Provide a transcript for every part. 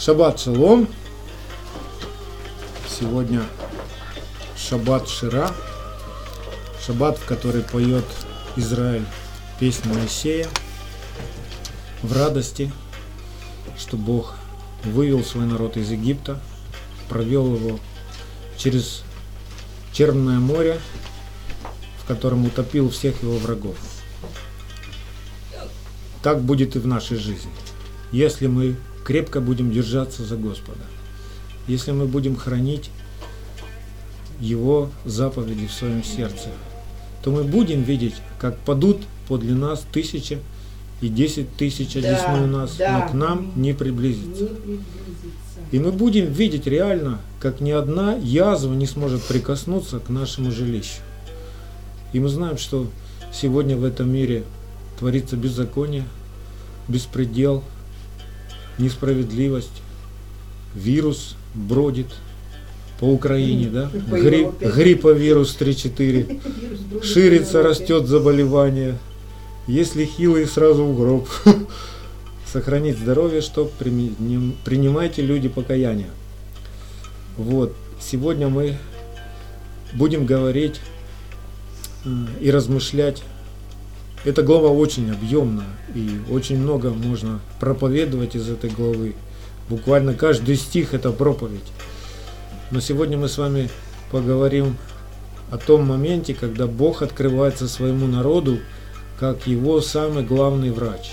Шаббат шалом. Сегодня Шаббат Шира. Шаббат, в который поет Израиль песнь Моисея в радости, что Бог вывел свой народ из Египта, провел его через Черное море, в котором утопил всех его врагов. Так будет и в нашей жизни. Если мы крепко будем держаться за Господа, если мы будем хранить Его заповеди в своем сердце, то мы будем видеть, как падут подле нас 1000 и 10 тысяч одесную нас, но к нам не приблизится. И мы будем видеть реально, как ни одна язва не сможет прикоснуться к нашему жилищу. И мы знаем, что сегодня в этом мире творится беззаконие, беспредел, несправедливость, вирус бродит по Украине, да? Грипповирус 3-4, ширится, растет заболевание. Если хилый, сразу в гроб. Сохранить здоровье, что принимайте, люди, покаяние. Вот, сегодня мы будем говорить и размышлять. Эта глава очень объемная, и очень много можно проповедовать из этой главы. Буквально каждый стих – это проповедь. Но сегодня мы с вами поговорим о том моменте, когда Бог открывается своему народу как его самый главный врач.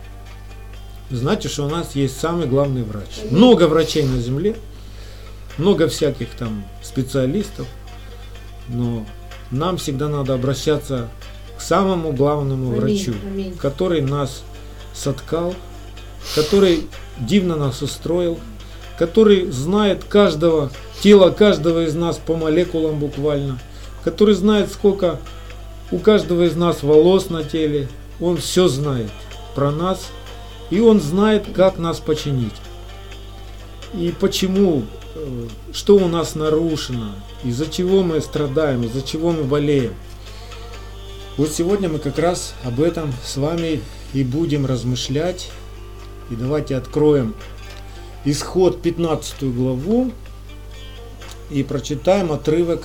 Знаете, что у нас есть самый главный врач. Много врачей на земле, много всяких там специалистов, но нам всегда надо обращаться к самому главному врачу, который нас соткал, который дивно нас устроил, который знает тело каждого из нас по молекулам буквально, который знает, сколько у каждого из нас волос на теле. Он все знает про нас, и он знает, как нас починить. И почему, что у нас нарушено, из-за чего мы страдаем, из-за чего мы болеем. Вот сегодня мы как раз об этом с вами и будем размышлять. И давайте откроем Исход 15 главу и прочитаем отрывок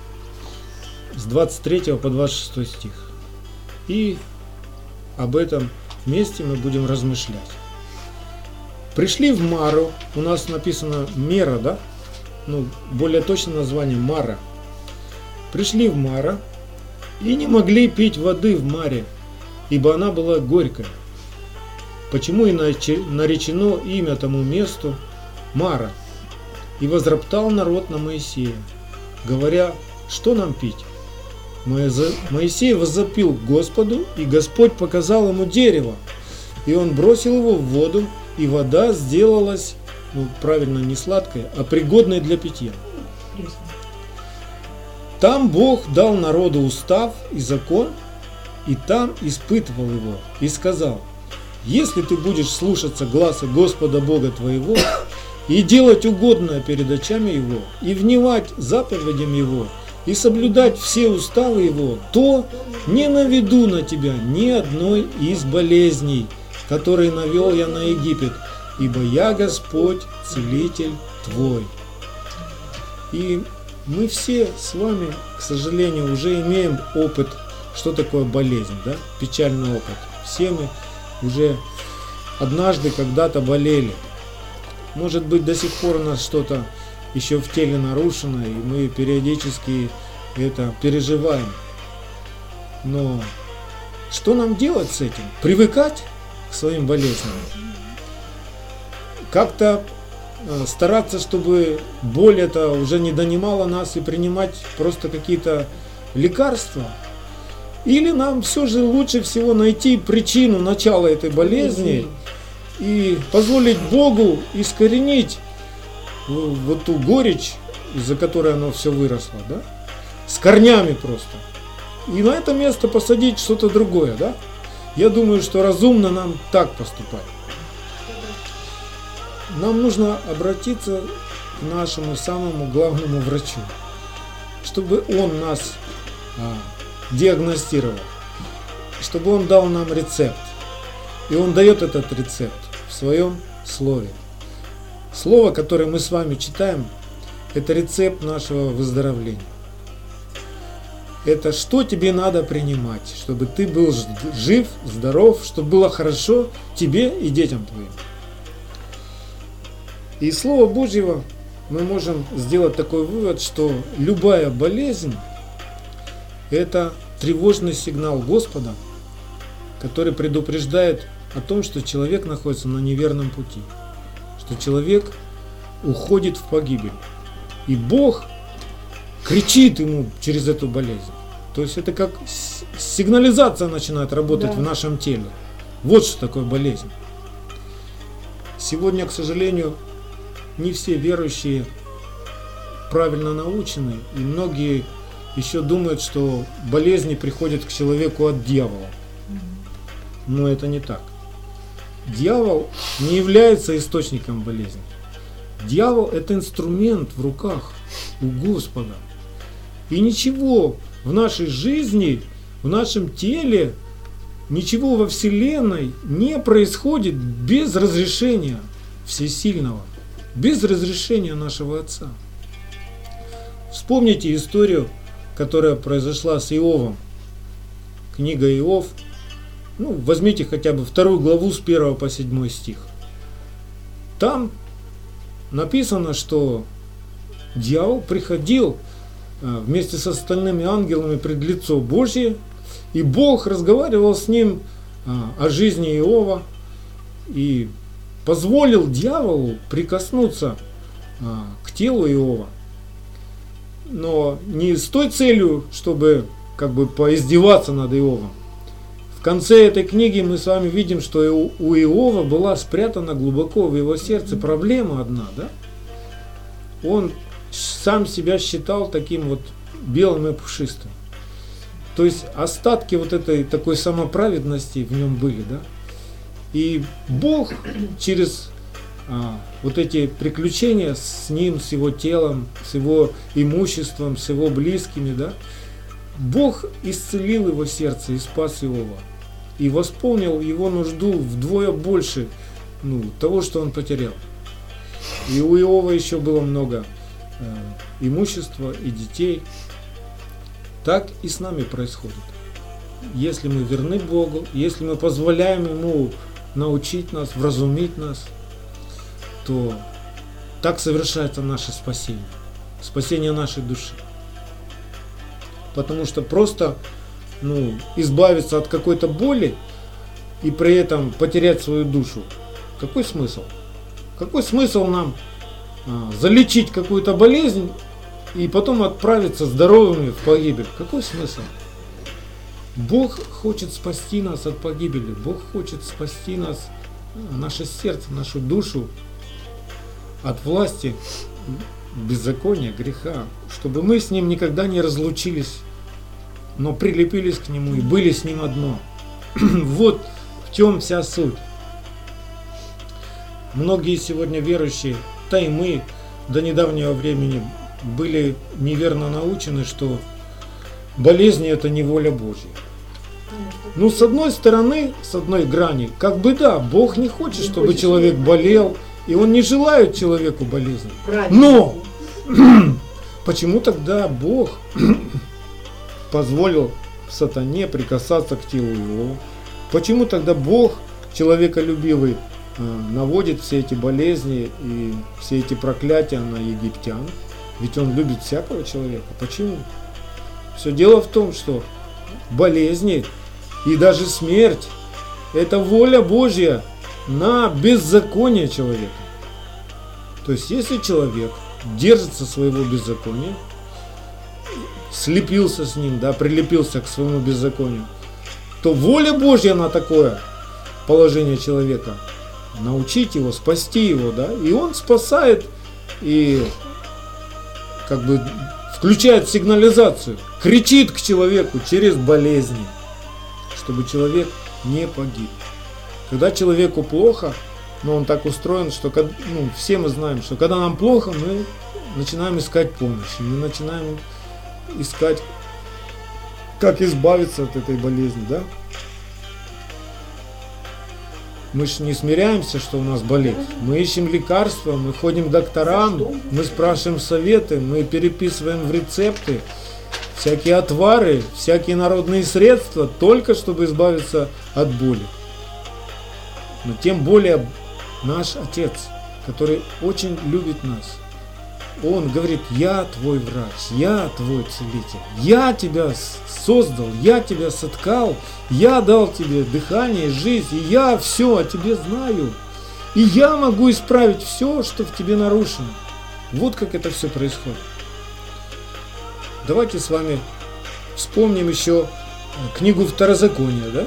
с 23 по 26 стих. И об этом месте мы будем размышлять. Пришли в Мару, у нас написано Мера, да? Более точное название Мара. Пришли в Мара и не могли пить воды в Маре, ибо она была горькая. Почему и наречено имя тому месту Мара? И возроптал народ на Моисея, говоря: что нам пить? Моисей воззопил к Господу, и Господь показал ему дерево, и он бросил его в воду, и вода сделалась, правильно, не сладкая, а пригодной для питья. Там Бог дал народу устав и закон, и там испытывал его, и сказал: если ты будешь слушаться гласа Господа Бога твоего, и делать угодное перед очами Его, и внимать заповедям Его, и соблюдать все уставы Его, то не наведу на тебя ни одной из болезней, которые навел я на Египет, ибо я Господь, Целитель твой. И мы все с вами, к сожалению, уже имеем опыт, что такое болезнь, да? Печальный опыт. Все мы уже однажды когда-то болели. Может быть, до сих пор у нас что-то еще в теле нарушено, и мы периодически это переживаем. Но что нам делать с этим? Привыкать к своим болезням? Как-то стараться, чтобы боль это уже не донимала нас, и принимать просто какие-то лекарства? Или нам все же лучше всего найти причину начала этой болезни и позволить Богу искоренить вот ту горечь, из-за которой оно все выросло, да? С корнями просто. И на это место посадить что-то другое, да? Я думаю, что разумно нам так поступать. Нам нужно обратиться к нашему самому главному врачу, чтобы он нас диагностировал, чтобы он дал нам рецепт. И он дает этот рецепт в своем слове. Слово, которое мы с вами читаем, это рецепт нашего выздоровления. Это что тебе надо принимать, чтобы ты был жив, здоров, чтобы было хорошо тебе и детям твоим. И из Слова Божьего мы можем сделать такой вывод, что любая болезнь – это тревожный сигнал Господа, который предупреждает о том, что человек находится на неверном пути, что человек уходит в погибель. И Бог кричит ему через эту болезнь. То есть это как сигнализация начинает работать в нашем теле. Вот что такое болезнь. Сегодня, к сожалению, не все верующие правильно научены, и многие еще думают, что болезни приходят к человеку от дьявола. Но это не так. Дьявол не является источником болезни. Дьявол – это инструмент в руках у Господа. И ничего в нашей жизни, в нашем теле, ничего во Вселенной не происходит без разрешения Всесильного, без разрешения нашего Отца. Вспомните историю, которая произошла с Иовом. Книга Иов. Возьмите хотя бы 2 главу с 1 по 7 стих. Там написано, что дьявол приходил вместе с остальными ангелами пред лицо Божье, и Бог разговаривал с ним о жизни Иова и позволил дьяволу прикоснуться к телу Иова. Но не с той целью, чтобы поиздеваться над Иовом. В конце этой книги мы с вами видим, что у Иова была спрятана глубоко в его сердце проблема одна, да? Он сам себя считал таким белым и пушистым. То есть остатки этой такой самоправедности в нем были, да? И Бог через эти приключения с ним, с его телом, с его имуществом, с его близкими, да? Бог исцелил его сердце и спас Иова. И восполнил его нужду вдвое больше того, что он потерял. И у Иова еще было много имущества и детей. Так и с нами происходит. Если мы верны Богу, если мы позволяем Ему научить нас, вразумить нас, то так совершается наше спасение. Спасение нашей души. Потому что просто избавиться от какой-то боли и при этом потерять свою душу. Какой смысл? Какой смысл нам залечить какую-то болезнь и потом отправиться здоровыми в погибель? Какой смысл? Бог хочет спасти нас от погибели. Бог хочет спасти нас, наше сердце, нашу душу от власти беззакония, греха, чтобы мы с Ним никогда не разлучились, но прилепились к Нему и были с Ним одно. Вот в чем вся суть. Многие сегодня верующие, да и мы до недавнего времени были неверно научены, что болезни – это не воля Божья. С одной стороны, с одной грани, Бог не хочет, чтобы человек болел, и Он не желает человеку болезни. Но почему тогда Бог позволил сатане прикасаться к телу его? Почему тогда Бог, человеколюбивый, наводит все эти болезни и все эти проклятия на египтян? Ведь Он любит всякого человека. Почему? Все дело в том, что болезни и даже смерть – это воля Божья на беззаконие человека. То есть, если человек держится своего беззакония, слепился с ним, прилепился к своему беззаконию, то воля Божья на такое положение человека – научить его, спасти его, и он спасает и включает сигнализацию, кричит к человеку через болезни, чтобы человек не погиб. Когда человеку плохо, но он так устроен, что все мы знаем, что когда нам плохо, мы начинаем искать помощи, мы начинаем искать, как избавиться от этой болезни, да? Мы же не смиряемся, что у нас болит. Мы ищем лекарства, мы ходим к докторам, мы спрашиваем советы, мы переписываем в рецепты всякие отвары, всякие народные средства, только чтобы избавиться от боли. Но тем более наш Отец, который очень любит нас, Он говорит: я твой врач, я твой целитель, я тебя создал, я тебя соткал, я дал тебе дыхание, жизнь, и я все о тебе знаю. И я могу исправить все, что в тебе нарушено. Вот как это все происходит. Давайте с вами вспомним еще книгу Второзакония, да?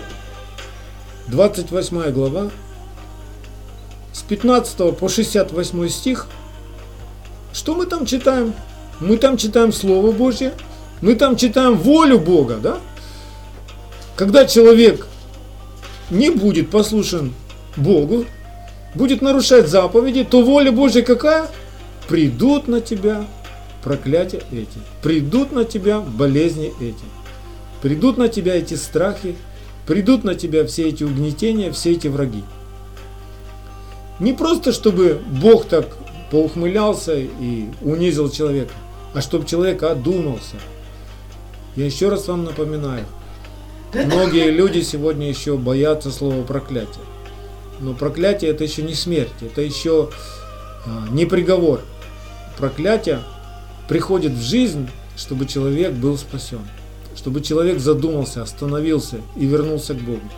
28 глава, с 15 по 68 стих. Что мы там читаем? Мы там читаем Слово Божье, мы там читаем волю Бога, да? Когда человек не будет послушен Богу, будет нарушать заповеди, то воля Божья какая? Придут на тебя проклятия эти, придут на тебя болезни эти, придут на тебя эти страхи, придут на тебя все эти угнетения, все эти враги. Не просто, чтобы Бог так поухмылялся и унизил человека, а чтобы человек одумался. Я еще раз вам напоминаю, многие люди сегодня еще боятся слова проклятие. Но проклятие — это еще не смерть, это еще не приговор. Проклятие приходит в жизнь, чтобы человек был спасен, чтобы человек задумался, остановился и вернулся к Богу.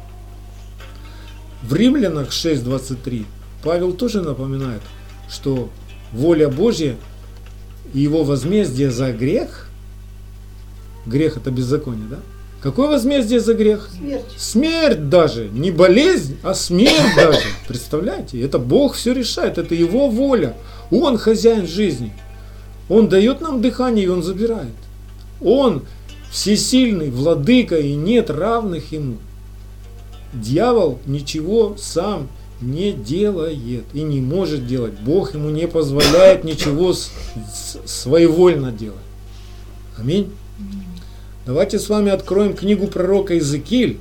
В Римлянах 6:23 Павел тоже напоминает, что воля Божья и его возмездие за грех, грех — это беззаконие, да? Какое возмездие за грех? Смерть. Смерть даже, не болезнь, а смерть даже. Представляете? Это Бог все решает, это Его воля. Он хозяин жизни. Он дает нам дыхание, и Он забирает. Он всесильный, владыка, и нет равных Ему. Дьявол ничего сам не делает и не может делать. Бог ему не позволяет ничего своевольно делать. Аминь. Давайте с вами откроем книгу пророка Иезекииль,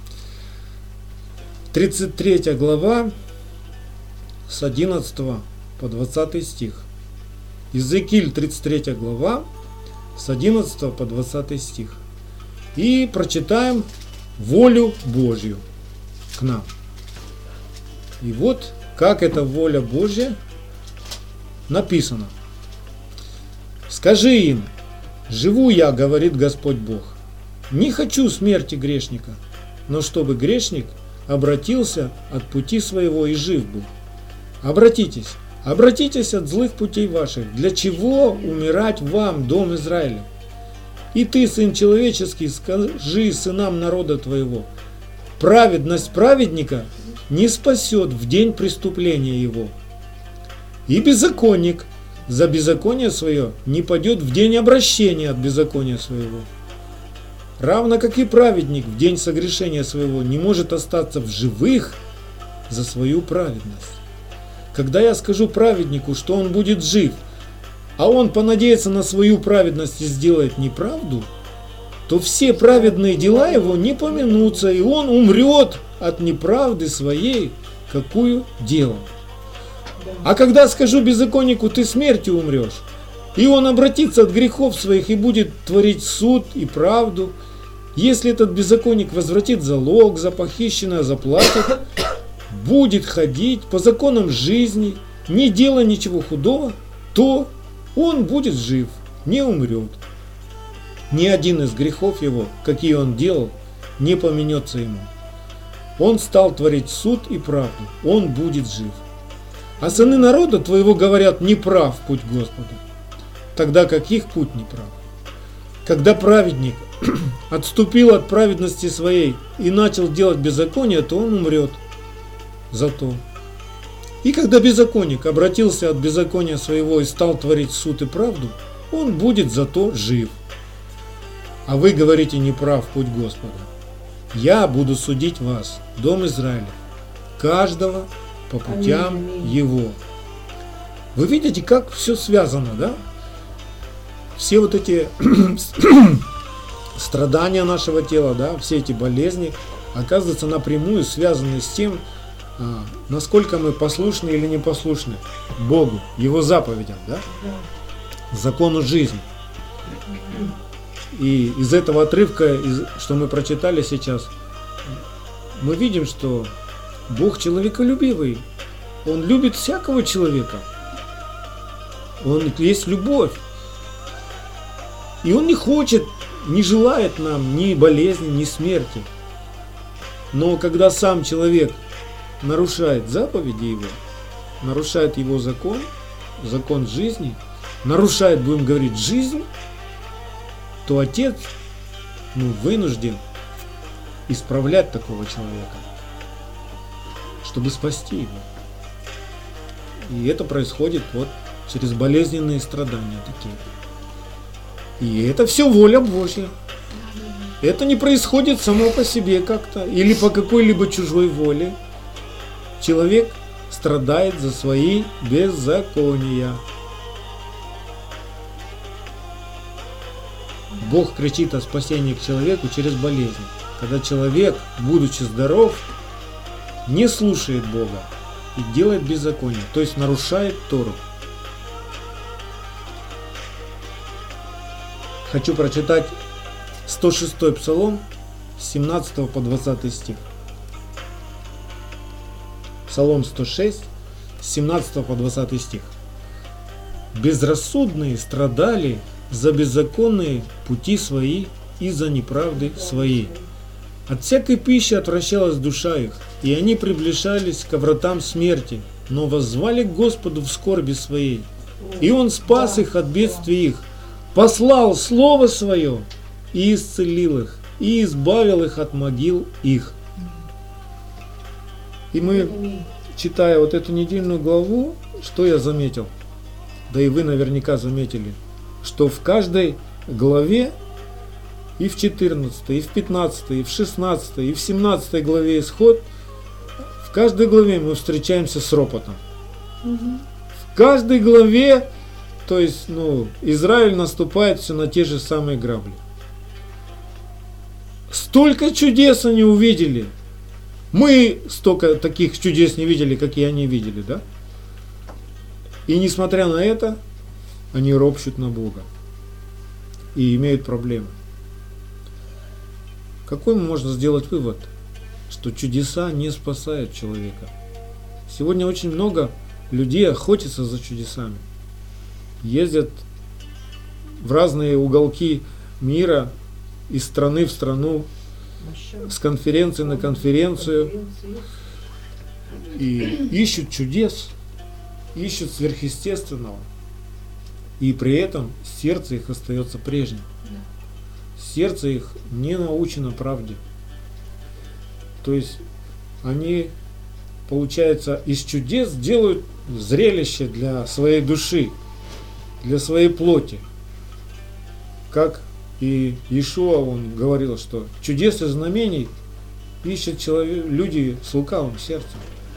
33 глава, с 11 по 20 стих. Иезекииль, 33 глава, с 11 по 20 стих. И прочитаем волю Божью к нам. И вот как эта воля Божья написана. «Скажи им: живу я, говорит Господь Бог, не хочу смерти грешника, но чтобы грешник обратился от пути своего и жив был. Обратитесь, обратитесь от злых путей ваших. Для чего умирать вам, дом Израиля? И ты, сын человеческий, скажи сынам народа твоего: праведность праведника не спасет в день преступления его, и беззаконник за беззаконие свое не падет в день обращения от беззакония своего. Равно как и праведник в день согрешения своего не может остаться в живых за свою праведность. Когда я скажу праведнику, что он будет жив, а он понадеется на свою праведность и сделает неправду, то все праведные дела его не помянутся, и он умрет от неправды своей, какую делал. А когда скажу беззаконнику: ты смертью умрешь, и он обратится от грехов своих и будет творить суд и правду, если этот беззаконник возвратит залог за похищенное, заплатит, будет ходить по законам жизни, не делая ничего худого, то он будет жив, не умрет. Ни один из грехов его, какие он делал, не поменется ему. Он стал творить суд и правду, он будет жив. А сыны народа твоего говорят: неправ путь Господа. Тогда как их путь неправ? Когда праведник отступил от праведности своей и начал делать беззаконие, то он умрет. Зато. И когда беззаконник обратился от беззакония своего и стал творить суд и правду, он будет зато жив. А вы говорите: неправ путь Господа. Я буду судить вас, дом Израиля, каждого по путям его. Вы видите, как все связано, да? Все вот эти страдания нашего тела, да, все эти болезни, оказывается, напрямую связаны с тем, насколько мы послушны или непослушны Богу, Его заповедям, да? Закону жизни. И из этого отрывка, что мы прочитали сейчас, мы видим, что Бог человеколюбивый. Он любит всякого человека. Он есть любовь. И Он не хочет, не желает нам ни болезни, ни смерти. Но когда сам человек нарушает заповеди Его, нарушает Его закон, закон жизни, нарушает, будем говорить, жизнь, то Отец вынужден исправлять такого человека, чтобы спасти его. И это происходит вот через болезненные страдания такие. И это все воля Божья. Это не происходит само по себе как-то или по какой-либо чужой воле. Человек страдает за свои беззакония. Бог кричит о спасении к человеку через болезнь. Когда человек, будучи здоров, не слушает Бога и делает беззаконие, то есть нарушает Тору. Хочу прочитать 106-й Псалом, с 17 по 20 стих. Псалом 106, с 17 по 20 стих. «Безрассудные страдали за беззаконные пути свои и за неправды свои. От всякой пищи отвращалась душа их, и они приближались ко вратам смерти, но воззвали к Господу в скорби своей, и Он спас их от бедствий их, послал Слово Свое и исцелил их, и избавил их от могил их». И мы, читая вот эту недельную главу, что я заметил? Да и вы наверняка заметили, что в каждой главе, и в 14, и в 15, и в 16, и в 17 главе Исход, в каждой главе мы встречаемся с ропотом. В каждой главе, то есть, Израиль наступает все на те же самые грабли. Столько чудес они увидели. Мы столько таких чудес не видели, как и они видели, да? И несмотря на это, они ропщут на Бога и имеют проблемы. Какой можно сделать вывод? Что чудеса не спасают человека. Сегодня очень много людей охотятся за чудесами. Ездят в разные уголки мира, из страны в страну, с конференции на конференцию, и ищут чудес, ищут сверхъестественного. И при этом сердце их остается прежним. Сердце их не научено правде. То есть они, получается, из чудес делают зрелище для своей души, для своей плоти. Как и Иешуа, он говорил, что чудес и знамений ищут люди с лукавым сердцем.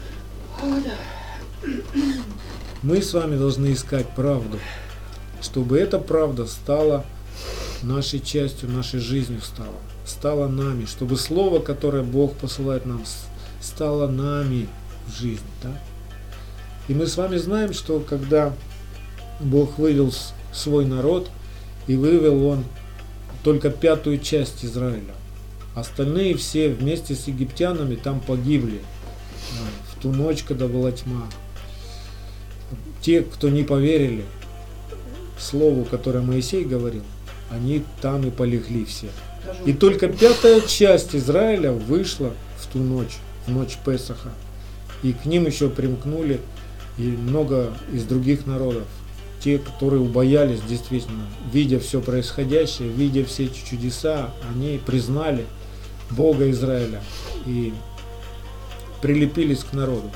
Мы с вами должны искать правду, чтобы эта правда стала нашей частью, нашей жизнью стала нами, чтобы Слово, которое Бог посылает нам, стало нами в жизни. Да? И мы с вами знаем, что когда Бог вывел свой народ, и вывел Он только 5-ю часть Израиля, остальные все вместе с египтянами там погибли в ту ночь, когда была тьма. Те, кто не поверили слову, которое Моисей говорил, они там и полегли все. И только 5-я часть Израиля вышла в ту ночь, в ночь Песаха. И к ним еще примкнули и много из других народов. Те, которые убоялись действительно, видя все происходящее, видя все эти чудеса, они признали Бога Израиля и прилепились к народу.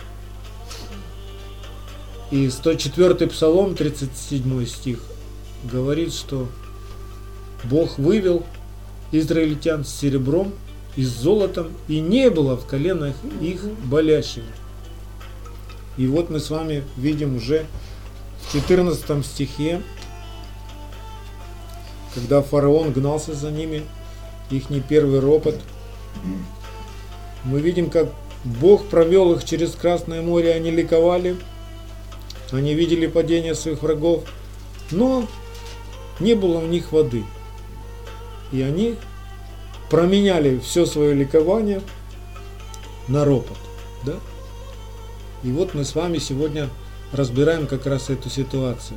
И 104-й Псалом, 37 стих, говорит, что Бог вывел израильтян с серебром и с золотом, и не было в коленах их болящего. И вот мы с вами видим уже в 14 стихе, когда фараон гнался за ними, их не первый ропот, мы видим, как Бог провел их через Красное море, они ликовали, они видели падение своих врагов, но не было у них воды. И они променяли все свое ликование на ропот. Да? И вот мы с вами сегодня разбираем как раз эту ситуацию.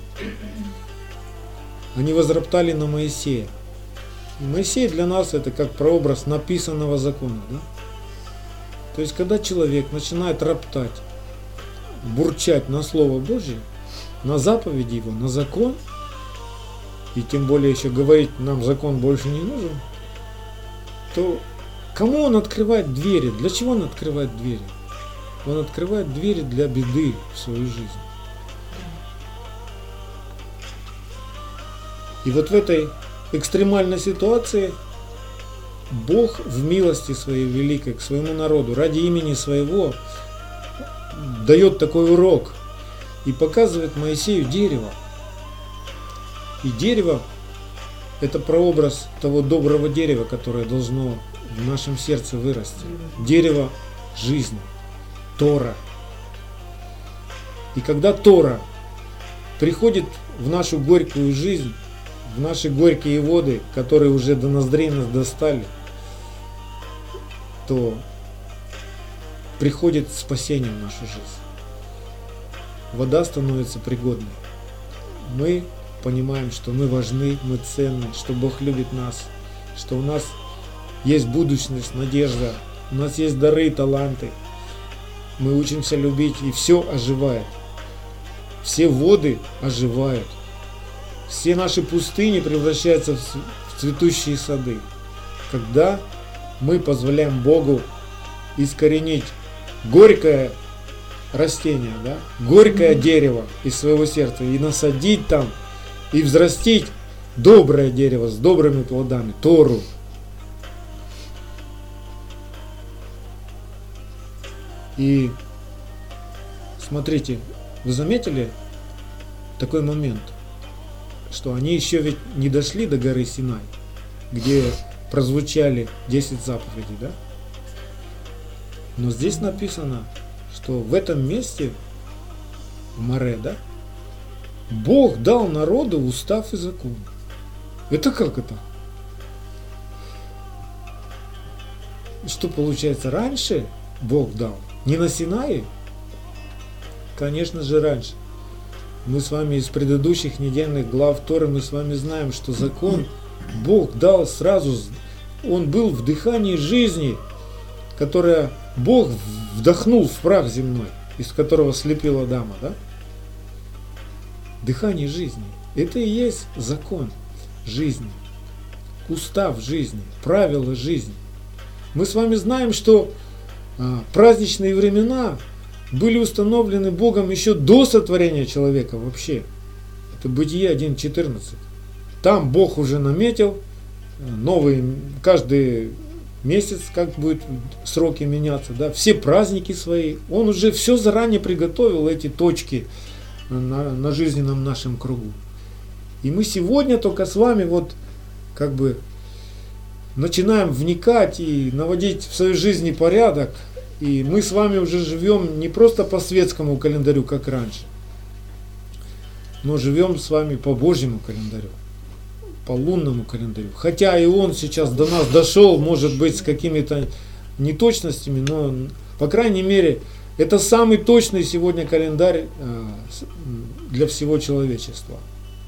Они возроптали на Моисея. И Моисей для нас это как прообраз написанного закона. Да? То есть, когда человек начинает роптать, бурчать на Слово Божье, на заповеди Его, на закон, и тем более еще говорить, нам закон больше не нужен, то кому он открывает двери? Для чего он открывает двери? Он открывает двери для беды в свою жизнь. И вот в этой экстремальной ситуации Бог в милости своей великой к своему народу ради имени своего дает такой урок и показывает Моисею дерево. И дерево – это прообраз того доброго дерева, которое должно в нашем сердце вырасти. Дерево жизни, Тора. И когда Тора приходит в нашу горькую жизнь, в наши горькие воды, которые уже до ноздрей нас достали, то приходит спасение в нашу жизнь. Вода становится пригодной. Мы понимаем, что мы важны, мы ценны, что Бог любит нас, что у нас есть будущность, надежда, у нас есть дары, таланты. Мы учимся любить, и все оживает. Все воды оживают. Все наши пустыни превращаются в цветущие сады. Когда мы позволяем Богу искоренить горькое растение, да, горькое дерево из своего сердца и насадить там, и взрастить доброе дерево с добрыми плодами, Тору. И смотрите, вы заметили такой момент, что они еще ведь не дошли до горы Синай, где прозвучали 10 заповедей, да? Но здесь написано, что в этом месте, в Море, да, Бог дал народу устав и закон. Это как это? Что получается, раньше Бог дал? Не на Синае? Конечно же, раньше. Мы с вами из предыдущих недельных глав Торы, мы с вами знаем, что закон Бог дал сразу, он был в дыхании жизни, которое Бог вдохнул в прах земной, из которого слепил Адама, да? Дыхание жизни. Это и есть закон жизни, устав жизни, правила жизни. Мы с вами знаем, что праздничные времена были установлены Богом еще до сотворения человека вообще. Это Бытие 1.14. Там Бог уже наметил новый, каждый месяц, как будет сроки меняться, да, все праздники свои. Он уже все заранее приготовил, эти точки на жизненном нашем кругу. И мы сегодня только с вами вот как бы начинаем вникать и наводить в своей жизни порядок. И мы с вами уже живем не просто по светскому календарю, как раньше, но живем с вами по Божьему календарю, по лунному календарю. Хотя и он сейчас до нас дошел, может быть, с какими-то неточностями, но, по крайней мере, это самый точный сегодня календарь для всего человечества.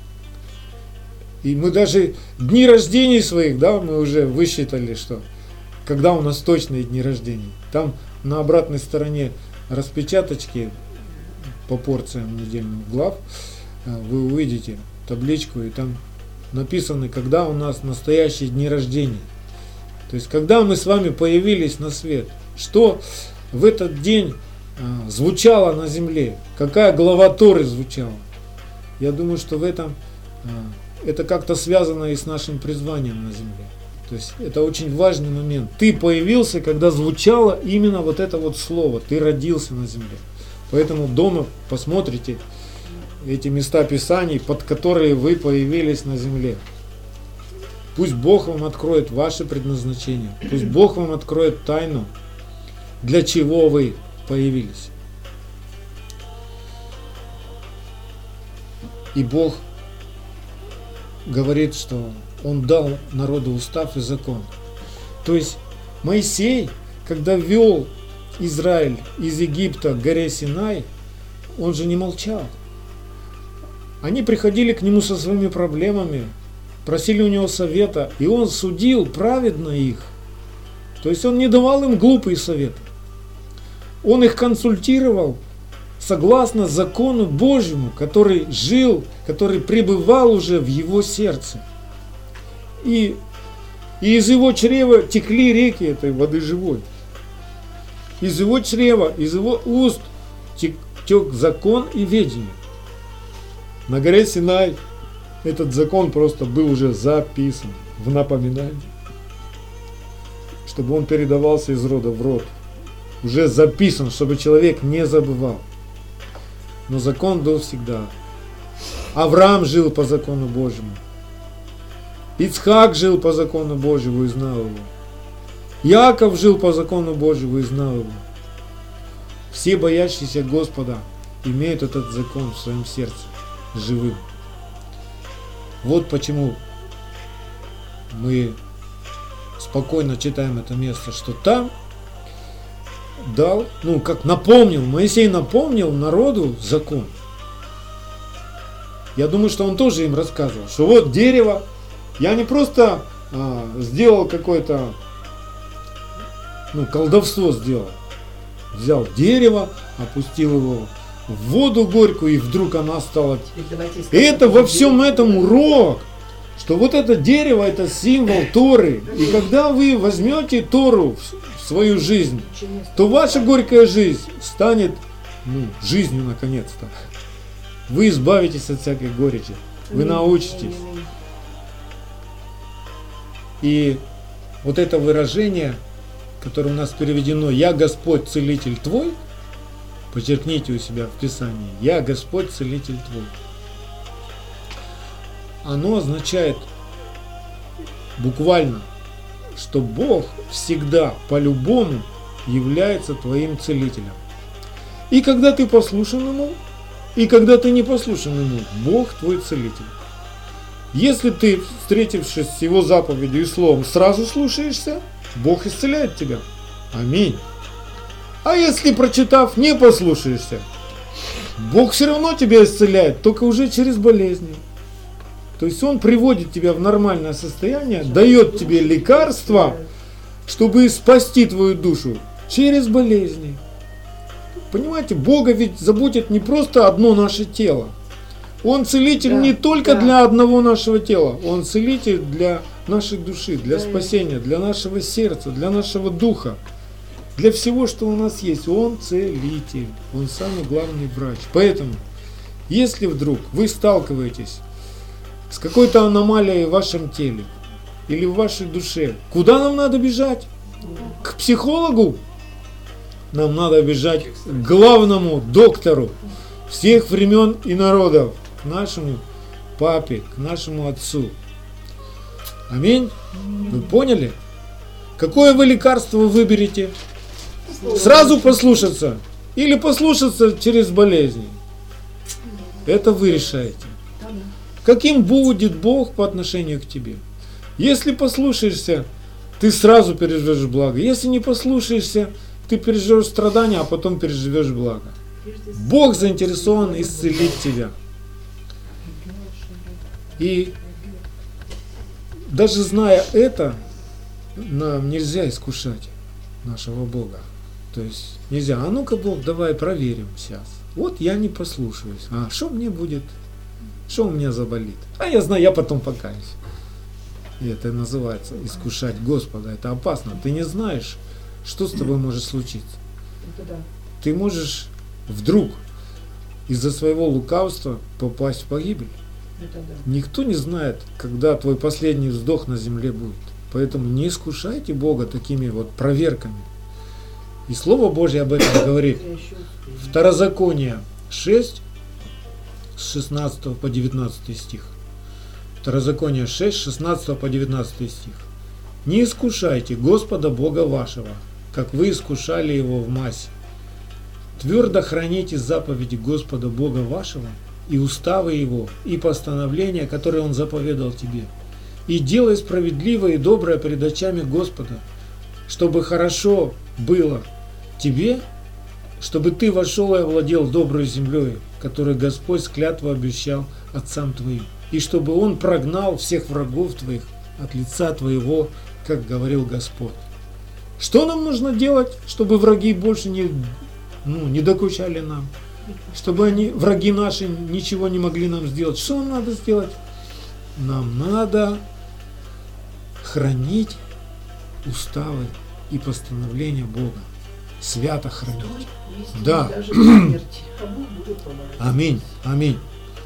И мы даже дни рождений своих, да, мы уже высчитали, что когда у нас точные дни рождения. Там на обратной стороне распечаточки по порциям недельных глав вы увидите табличку, и там написано, когда у нас настоящие дни рождения. То есть, когда мы с вами появились на свет, что в этот день звучало на земле, какая глава Торы звучала. Я думаю, что в этом это как-то связано и с нашим призванием на земле. То есть это очень важный момент. Ты появился, когда звучало именно вот это вот слово. Ты родился на земле. Поэтому дома посмотрите эти места Писаний, под которые вы появились на земле. Пусть Бог вам откроет ваше предназначение. Пусть Бог вам откроет тайну для чего вы появились. И Бог говорит, что Он дал народу устав и закон. То есть Моисей, когда вел Израиль из Египта к горе Синай, он же не молчал. Они приходили к нему со своими проблемами, просили у него совета, и он судил праведно их. То есть он не давал им глупые советы. Он их консультировал согласно закону Божьему, который жил, который пребывал уже в его сердце. И из его чрева текли реки этой воды живой. Из его чрева, из его уст тек закон и ведение. На горе Синай этот закон просто был уже записан в напоминании, чтобы он передавался из рода в род. Уже записан, чтобы человек не забывал. Но закон был всегда. Авраам жил по закону Божьему. Ицхак жил по закону Божьему и знал его. Иаков жил по закону Божьему и знал его. Все боящиеся Господа имеют этот закон в своем сердце живым. Вот почему мы спокойно читаем это место, что там дал, как напомнил, Моисей напомнил народу закон. Я думаю, что он тоже им рассказывал, что вот дерево, я не просто сделал какое-то, колдовство сделал. Взял дерево, опустил его в воду горькую, и вдруг она стала... И это во всем этом урок, что вот это дерево, это символ Торы. И когда вы возьмете Тору в свою жизнь, то ваша горькая жизнь станет жизнью наконец-то. Вы избавитесь от всякой горечи. Вы научитесь. И вот это выражение, которое у нас переведено «Я Господь, целитель твой», подчеркните у себя в Писании «Я Господь, целитель твой». Оно означает буквально, что Бог всегда по-любому является твоим целителем. И когда ты послушен Ему, и когда ты не послушен Ему, Бог твой целитель. Если ты, встретившись с Его заповедью и Словом, сразу слушаешься, Бог исцеляет тебя. Аминь. А если, прочитав, не послушаешься, Бог все равно тебя исцеляет, только уже через болезни. То есть Он приводит тебя в нормальное состояние, дает тебе лекарства, чтобы спасти твою душу через болезни. Понимаете, Бога ведь заботит не просто одно наше тело. Он целитель не только для одного нашего тела, Он целитель для нашей души, для спасения, для нашего сердца, для нашего духа, для всего, что у нас есть. Он целитель, Он самый главный врач. Поэтому, если вдруг вы сталкиваетесь с какой-то аномалией в вашем теле или в вашей душе, куда нам надо бежать? К психологу? Нам надо бежать к главному доктору всех времен и народов, к нашему папе, к нашему отцу. Аминь. Вы поняли? Какое вы лекарство выберете? Сразу послушаться или послушаться через болезни? Это вы решаете. Каким будет Бог по отношению к тебе? Если послушаешься, ты сразу переживешь благо. Если не послушаешься, ты переживешь страдания, а потом переживешь благо. Бог заинтересован исцелить тебя. И даже зная это, нам нельзя искушать нашего Бога. То есть нельзя, а ну-ка, Бог, давай проверим сейчас. Вот я не послушаюсь. А что мне будет? Что у меня заболит? А я знаю, я потом покаюсь. И это называется искушать Господа. Это опасно. Ты не знаешь, что с тобой может случиться. Ты можешь вдруг из-за своего лукавства попасть в погибель. Никто не знает, когда твой последний вздох на земле будет. Поэтому не искушайте Бога такими вот проверками. И Слово Божье об этом говорит. Второзаконие 6, с 16 по 19 стих. Второзаконие 6, 16 по 19 стих. Не искушайте Господа Бога вашего, как вы искушали его в массе. Твердо храните заповеди Господа Бога вашего, и уставы Его, и постановления, которые Он заповедал тебе. И делай справедливое и доброе пред очами Господа, чтобы хорошо было тебе, чтобы ты вошел и овладел доброй землей, которую Господь с клятвой обещал отцам твоим, и чтобы Он прогнал всех врагов твоих от лица твоего, как говорил Господь. Что нам нужно делать, чтобы враги больше не докучали нам? Чтобы враги наши ничего не могли нам сделать. Что нам надо сделать? Нам надо хранить уставы и постановления Бога. Свято хранить. Да. Аминь. Аминь.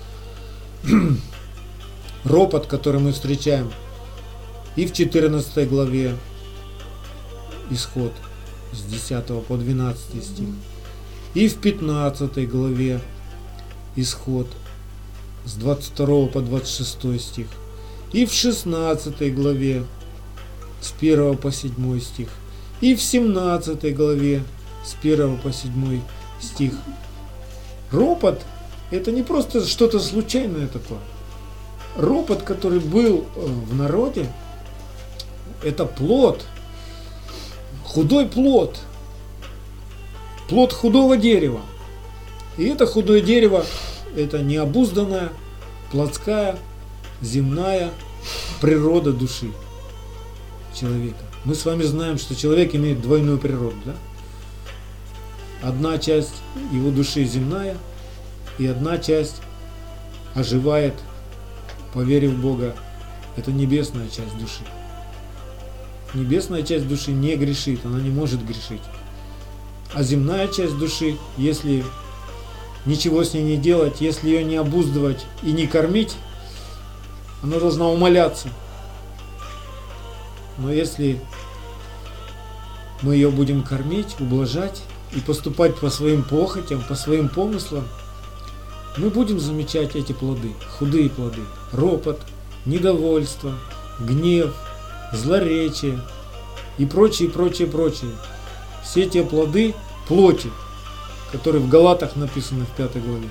Ропот, который мы встречаем и в 14 главе, Исход, с 10 по 12 стих, и в 15 главе, Исход, с 22 по 26 стих, и в 16 главе, с 1 по 7 стих, и в 17 главе, с 1 по 7 стих. Ропот – это не просто что-то случайное такое. Ропот, который был в народе, это плод, худой плод, плод худого дерева. И это худое дерево – это необузданная, плотская, земная природа души человека. Мы с вами знаем, что человек имеет двойную природу. Да? Одна часть его души земная, и одна часть оживает, по вере в Бога. Это небесная часть души. Небесная часть души не грешит, она не может грешить. А земная часть души, если ничего с ней не делать, если ее не обуздывать и не кормить, она должна умаляться. Но если мы ее будем кормить, ублажать и поступать по своим похотям, по своим помыслам, мы будем замечать эти плоды, худые плоды. Ропот, недовольство, гнев, злоречие и прочее, прочее, прочее. Все те плоды плоти, которые в Галатах написаны в 5 главе.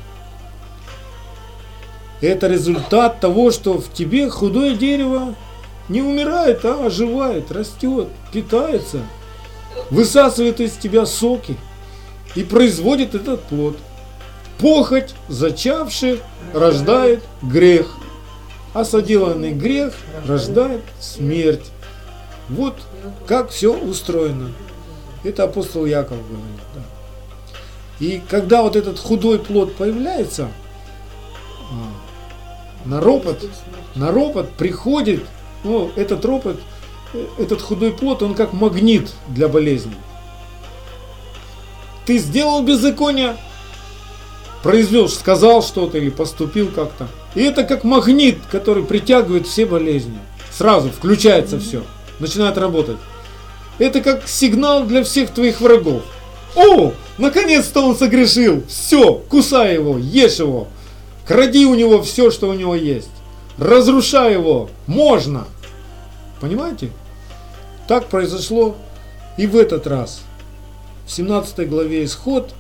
Это результат того, что в тебе худое дерево не умирает, а оживает, растет, питается, высасывает из тебя соки и производит этот плод. Похоть, зачавший, рождает грех, а соделанный грех рождает смерть. Вот как все устроено. Это апостол Яков говорит. Да. И когда вот этот худой плод появляется, на ропот приходит, этот ропот, этот худой плод, он как магнит для болезни. Ты сделал беззаконие, произвел, сказал что-то или поступил как-то. И это как магнит, который притягивает все болезни. Сразу включается все, начинает работать. Это как сигнал для всех твоих врагов. О, наконец-то он согрешил. Все, кусай его, ешь его. Кради у него все, что у него есть. Разрушай его. Можно. Понимаете? Так произошло и в этот раз. В 17 главе Исход,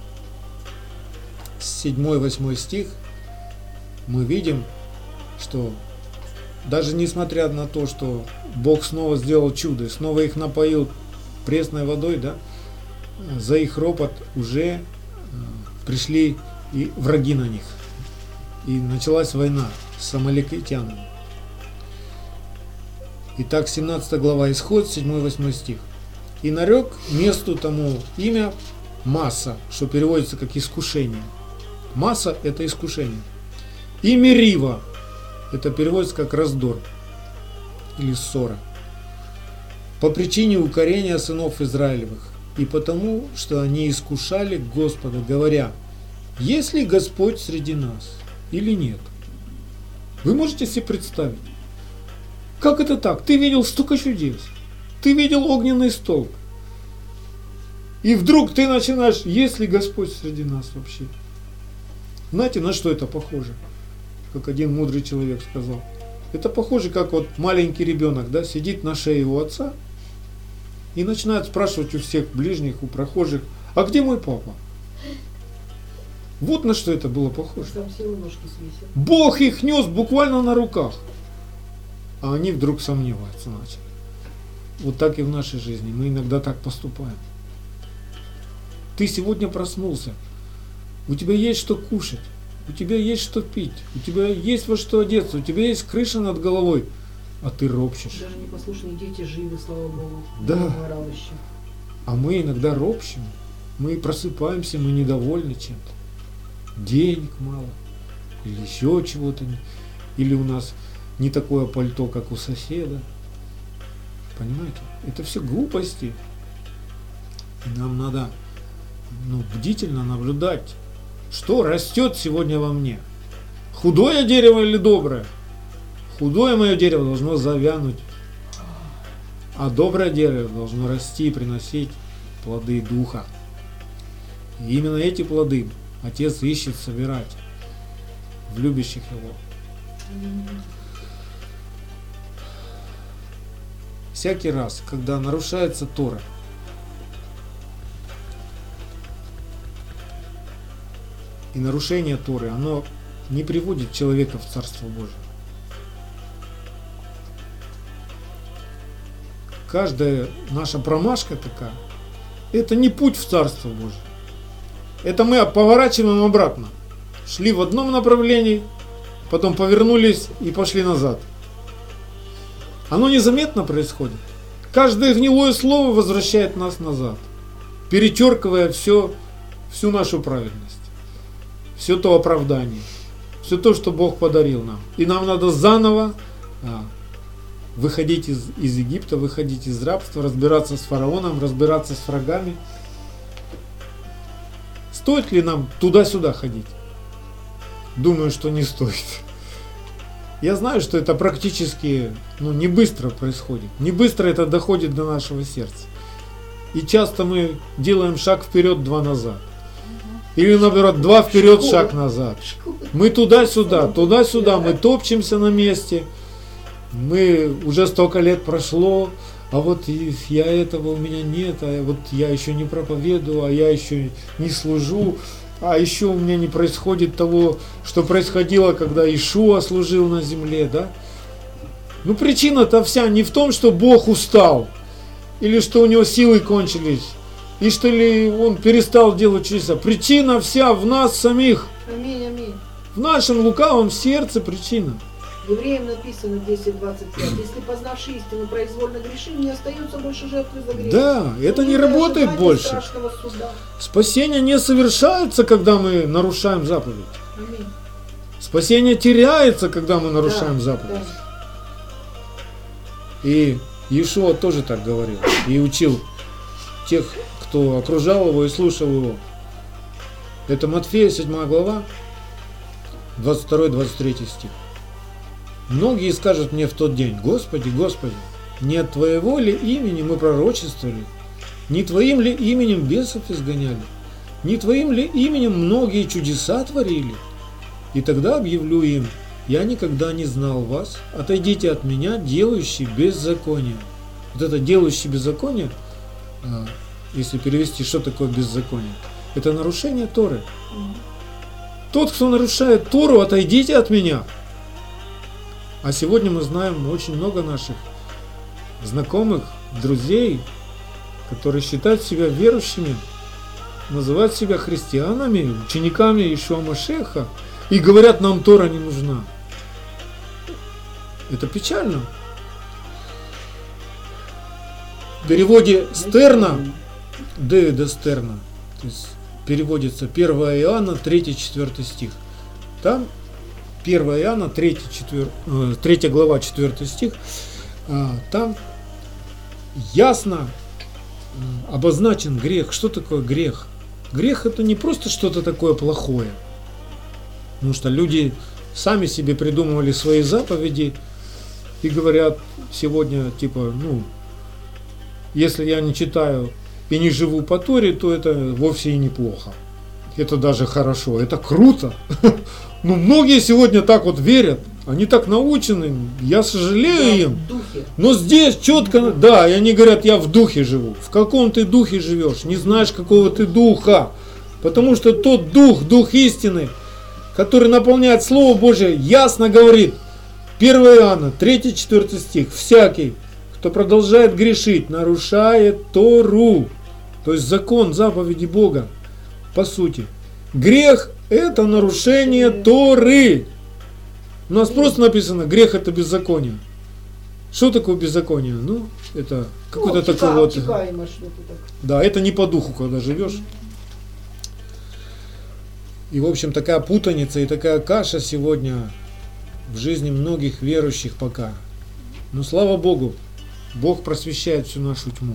7-8 стих, мы видим, что даже несмотря на то, что Бог снова сделал чудо, снова их напоил пресной водой, да, за их ропот уже пришли и враги на них. И началась война с амаликитянами. Итак, 17 глава Исход, 7-8 стих. «И нарек месту тому имя Масса», что переводится как искушение. Масса – это искушение. И Мерива – это переводится как раздор или ссора. По причине укорения сынов Израилевых, и потому, что они искушали Господа, говоря: есть ли Господь среди нас или нет? Вы можете себе представить, как это так? Ты видел столько чудес, ты видел огненный столб, и вдруг ты начинаешь: есть ли Господь среди нас вообще? Знаете, на что это похоже? Как один мудрый человек сказал. Это похоже, как вот маленький ребенок, да, сидит на шее у отца И начинают спрашивать у всех ближних, у прохожих, а где мой папа? Вот на что это было похоже. Сам сел, ножки свесил. Бог их нес буквально на руках. А они вдруг сомневаться начали. Вот так и в нашей жизни. Мы иногда так поступаем. Ты сегодня проснулся. У тебя есть что кушать. У тебя есть что пить. У тебя есть во что одеться. У тебя есть крыша над головой. А ты ропщешь. Даже непослушные дети живы, слава Богу. Да. Морал еще. А мы иногда ропщим. Мы просыпаемся, мы недовольны чем-то. Денег мало. Или еще чего-то. Или у нас не такое пальто, как у соседа. Понимаете? Это все глупости. И нам надо бдительно наблюдать, что растет сегодня во мне. Худое дерево или доброе? Худое мое дерево должно завянуть, а доброе дерево должно расти и приносить плоды духа. И именно эти плоды Отец ищет собирать в любящих Его. Всякий раз, когда нарушается Тора, и нарушение Торы, оно не приводит человека в Царство Божие. Каждая наша промашка такая, это не путь в Царство Божие. Это мы поворачиваем обратно. Шли в одном направлении, потом повернулись и пошли назад. Оно незаметно происходит. Каждое гнилое слово возвращает нас назад, перечеркивая всю нашу праведность, все то оправдание, все то, что Бог подарил нам. И нам надо заново выходить из Египта, выходить из рабства, разбираться с фараоном, разбираться с врагами. Стоит ли нам туда-сюда ходить? Думаю, что не стоит. Я знаю, что это практически не быстро происходит. Не быстро это доходит до нашего сердца. И часто мы делаем шаг вперед, два назад. Или наоборот, два вперед, шаг назад. Мы туда-сюда, туда-сюда, мы топчемся на месте. Мы уже столько лет прошло, а вот я этого у меня нет, а вот я еще не проповедую, а я еще не служу, а еще у меня не происходит того, что происходило, когда Иешуа служил на земле, да? Причина-то вся не в том, что Бог устал, или что у него силы кончились, и что ли он перестал делать чудеса. Причина вся в нас самих. Аминь, аминь. В нашем лукавом сердце причина. Евреям написано 10:25. Если познавши истину произвольно грешим, не остается больше жертвы за грех. Да, это не работает больше. Спасение не совершается, когда мы нарушаем заповедь. Аминь. Спасение теряется, когда мы нарушаем заповедь. Да. И Иешуа тоже так говорил. И учил тех, кто окружал его и слушал его. Это Матфея 7 глава, 22-23 стих. Многие скажут мне в тот день: Господи, Господи, не от Твоего ли имени мы пророчествовали? Не Твоим ли именем бесов изгоняли? Не Твоим ли именем многие чудеса творили? И тогда объявлю им: я никогда не знал вас, отойдите от меня, делающие беззаконие. Вот это делающий беззаконие, если перевести, что такое беззаконие, это нарушение Торы. Тот, кто нарушает Тору, отойдите от меня. А сегодня мы знаем очень много наших знакомых, друзей, которые считают себя верующими, называют себя христианами, учениками Иешуа Машеха, и говорят: нам Тора не нужна. Это печально. В переводе Стерна, Дэвида Стерна, то есть переводится 1 Иоанна 3-4 стих. Там 1 Иоанна 3 глава 4 стих, там ясно обозначен грех. Что такое грех? Грех — это не просто что-то такое плохое. Потому что люди сами себе придумывали свои заповеди и говорят сегодня, если я не читаю и не живу по Торе, то это вовсе и неплохо. Это даже хорошо, это круто. Многие сегодня так вот верят. Они так научены, я сожалею им. В духе. Но здесь четко, да, и они говорят, я в духе живу. В каком ты духе живешь? Не знаешь, какого ты духа. Потому что тот дух, дух истины, который наполняет Слово Божие, ясно говорит, 1 Иоанна, 3-4 стих, всякий, кто продолжает грешить, нарушает Тору, то есть закон, заповеди Бога, по сути. Грех – это нарушение Торы. У нас просто написано, грех это беззаконие. Что такое беззаконие? Ну, это какой-то такой вот... Да, это не по духу, когда живешь. И, в общем, такая путаница и такая каша сегодня в жизни многих верующих пока. Но слава Богу, Бог просвещает всю нашу тьму.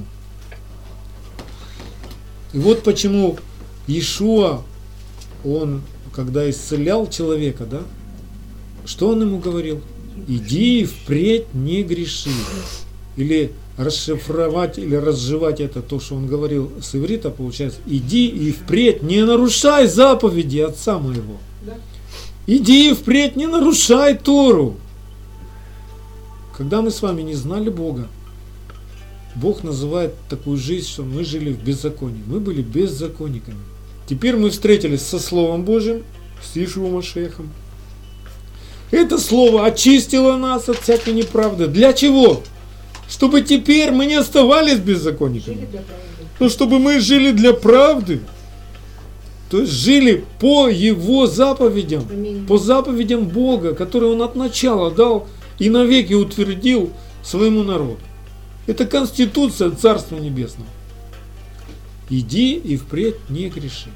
И вот почему Иешуа, он, когда исцелял человека, да, что он ему говорил? Иди и впредь не греши. Или расшифровать, или разжевать это, то, что он говорил с иврита, получается, иди и впредь не нарушай заповеди Отца моего. Да. Иди и впредь не нарушай Тору. Когда мы с вами не знали Бога, Бог называет такую жизнь, что мы жили в беззаконии. Мы были беззаконниками. Теперь мы встретились со Словом Божьим, с Иешуа Машиахом. Это Слово очистило нас от всякой неправды. Для чего? Чтобы теперь мы не оставались беззаконниками. Но чтобы мы жили для правды. То есть жили по Его заповедям. По заповедям Бога, которые Он от начала дал и навеки утвердил своему народу. Это конституция Царства Небесного. Иди и впредь не греши.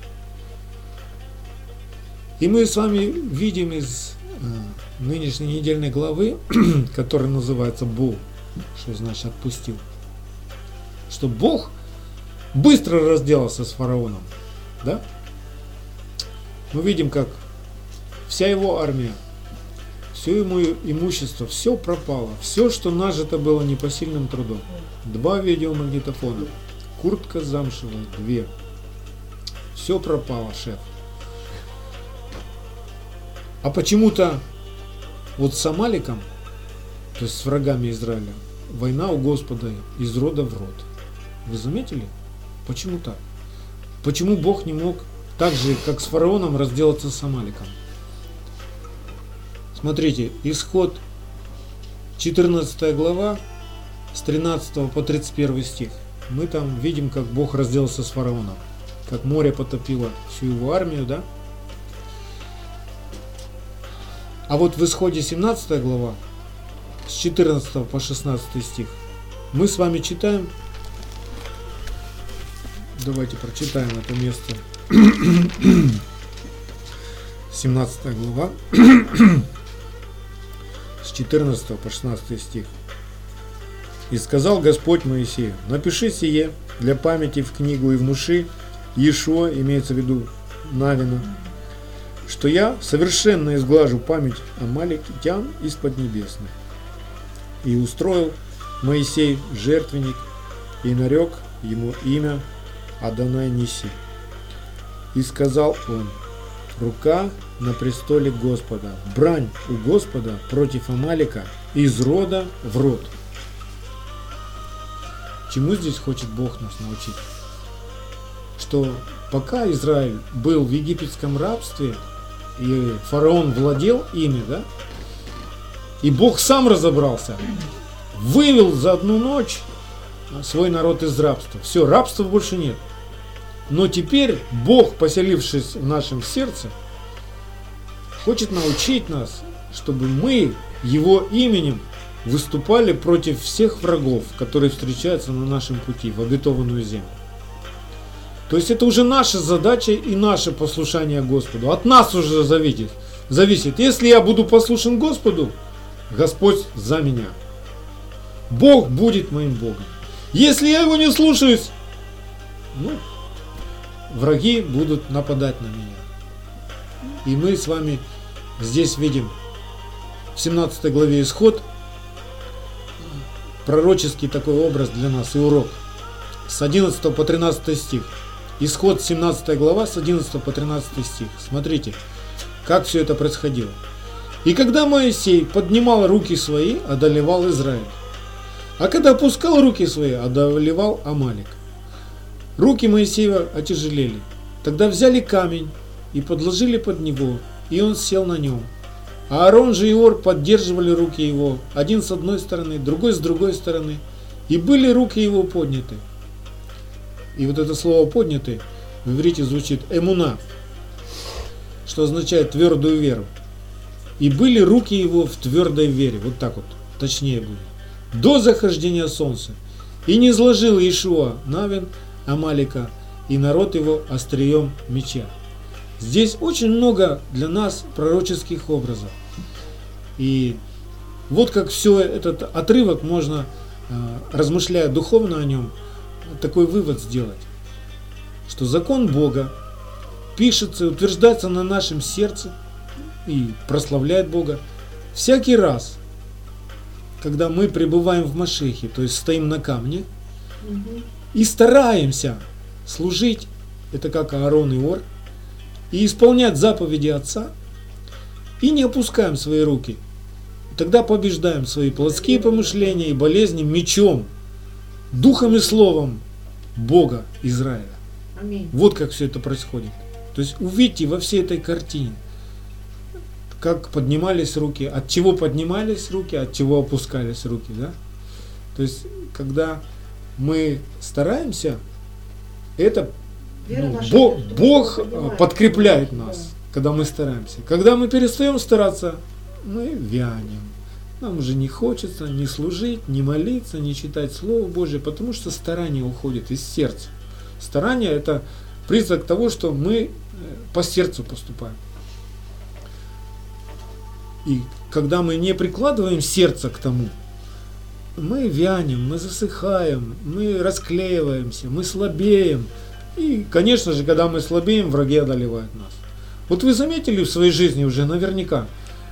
И мы с вами видим из нынешней недельной главы, которая называется «Бог», что значит «отпустил», что Бог быстро разделался с фараоном. Да? Мы видим, как вся его армия, все ему имущество, все пропало, все, что нажито было непосильным трудом. 2 видеомагнитофона, куртка замшевая, 2. Все пропало, шеф. А почему-то вот с Амаликом, то есть с врагами Израиля, война у Господа из рода в род. Вы заметили? Почему так? Почему Бог не мог так же, как с фараоном, разделаться с Амаликом? Смотрите, Исход 14 глава, с 13 по 31 стих. Мы там видим, как Бог разделался с фараоном, как море потопило всю его армию, да? А вот в Исходе 17 глава, с 14 по 16 стих, мы с вами читаем, давайте прочитаем это место, 17 глава, с 14 по 16 стих. «И сказал Господь Моисею, напиши сие для памяти в книгу и внуши Иешуа, имеется в виду Навина, что я совершенно изглажу память амаликитян из-под небесной. И устроил Моисей жертвенник, и нарек ему имя Адонай Ниси. И сказал он, рука на престоле Господа, брань у Господа против Амалика из рода в род». Чему здесь хочет Бог нас научить? Что пока Израиль был в египетском рабстве, и фараон владел ими, да, и Бог сам разобрался, вывел за одну ночь свой народ из рабства. Все, рабства больше нет. Но теперь Бог, поселившись в нашем сердце, хочет научить нас, чтобы мы Его именем выступали против всех врагов, которые встречаются на нашем пути в обетованную землю. То есть это уже наша задача и наше послушание Господу. От нас уже зависит. Если я буду послушен Господу, Господь за меня. Бог будет моим Богом. Если я Его не слушаюсь, враги будут нападать на меня. И мы с вами здесь видим в 17 главе Исход пророческий такой образ для нас и урок. С 11 по 13 стих. Исход 17 глава с 11 по 13 стих. Смотрите, как все это происходило. И когда Моисей поднимал руки свои, одолевал Израиль. А когда опускал руки свои, одолевал Амалик. Руки Моисеева отяжелели. Тогда взяли камень и подложили под него, и он сел на нем. А Аарон же и Ор поддерживали руки его, один с одной стороны, другой с другой стороны, и были руки его подняты. И вот это слово «подняты» в иврите звучит «эмуна», что означает твердую веру. И были руки его в твердой вере, вот так вот, точнее будет, до захождения солнца. И не изложил Иешуа Навин Амалика и народ его острием меча. Здесь очень много для нас пророческих образов. И вот как все этот отрывок можно, размышляя духовно о нем, такой вывод сделать, что закон Бога пишется и утверждается на нашем сердце и прославляет Бога всякий раз, когда мы пребываем в Машехе, то есть стоим на камне и стараемся служить, это как Аарон и Ор, и исполнять заповеди Отца, и не опускаем свои руки. Тогда побеждаем свои плотские помышления и болезни мечом, духом и словом Бога Израиля. Аминь. Вот как все это происходит. То есть увидьте во всей этой картине, как поднимались руки, от чего поднимались руки, от чего опускались руки. Да? То есть, когда мы стараемся, это Бог подкрепляет нас, когда мы стараемся. Когда мы перестаем стараться, мы вянем. Нам уже не хочется ни служить, ни молиться, ни читать Слово Божие, потому что старание уходит из сердца. Старание – это признак того, что мы по сердцу поступаем. И когда мы не прикладываем сердце к тому, мы вянем, мы засыхаем, мы расклеиваемся, мы слабеем. И, конечно же, когда мы слабеем, враги одолевают нас. Вот вы заметили в своей жизни уже наверняка,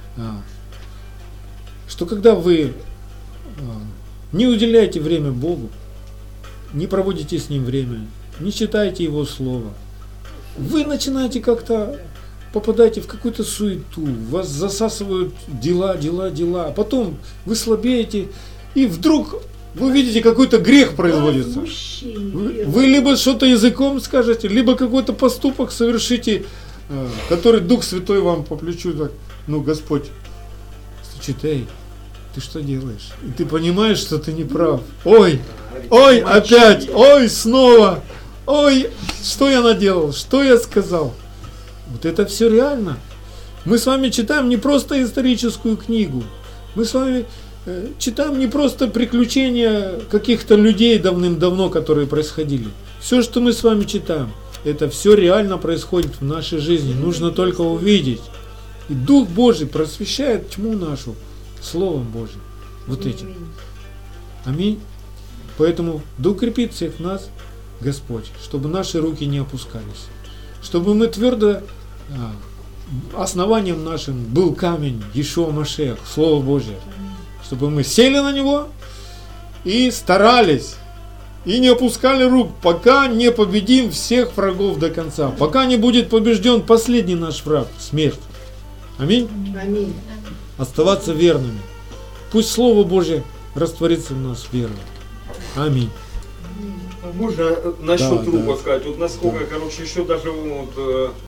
что когда вы не уделяете время Богу, не проводите с Ним время, не читаете Его Слово, вы начинаете как-то попадаете в какую-то суету, вас засасывают дела, а потом вы слабеете, и вдруг вы видите, какой-то грех производится. Вы либо что-то языком скажете, либо какой-то поступок совершите, который Дух Святой вам по плечу, так, ну, Господь стучит: эй, ты что делаешь? И ты понимаешь, что ты не прав. Ой, опять, ой, снова, ой, что я наделал, что я сказал. Вот это все реально. Мы с вами читаем не просто историческую книгу, мы с вами читаем не просто приключения каких-то людей давным-давно, которые происходили. Все, что мы с вами читаем, это все реально происходит в нашей жизни. Нужно только увидеть. И Дух Божий просвещает тьму нашу Словом Божьим. Вот этим. Аминь. Поэтому да укрепит всех нас Господь, чтобы наши руки не опускались. Чтобы мы твердо, основанием нашим был камень Иешуа Машиах, Слово Божие. Чтобы мы сели на него и старались, и не опускали рук, пока не победим всех врагов до конца, пока не будет побежден последний наш враг, смерть. Аминь. Аминь. Оставаться верными. Пусть Слово Божие растворится в нас верой. Аминь. Можно насчет Да, рук да. сказать, вот насколько, Да. короче, еще даже вот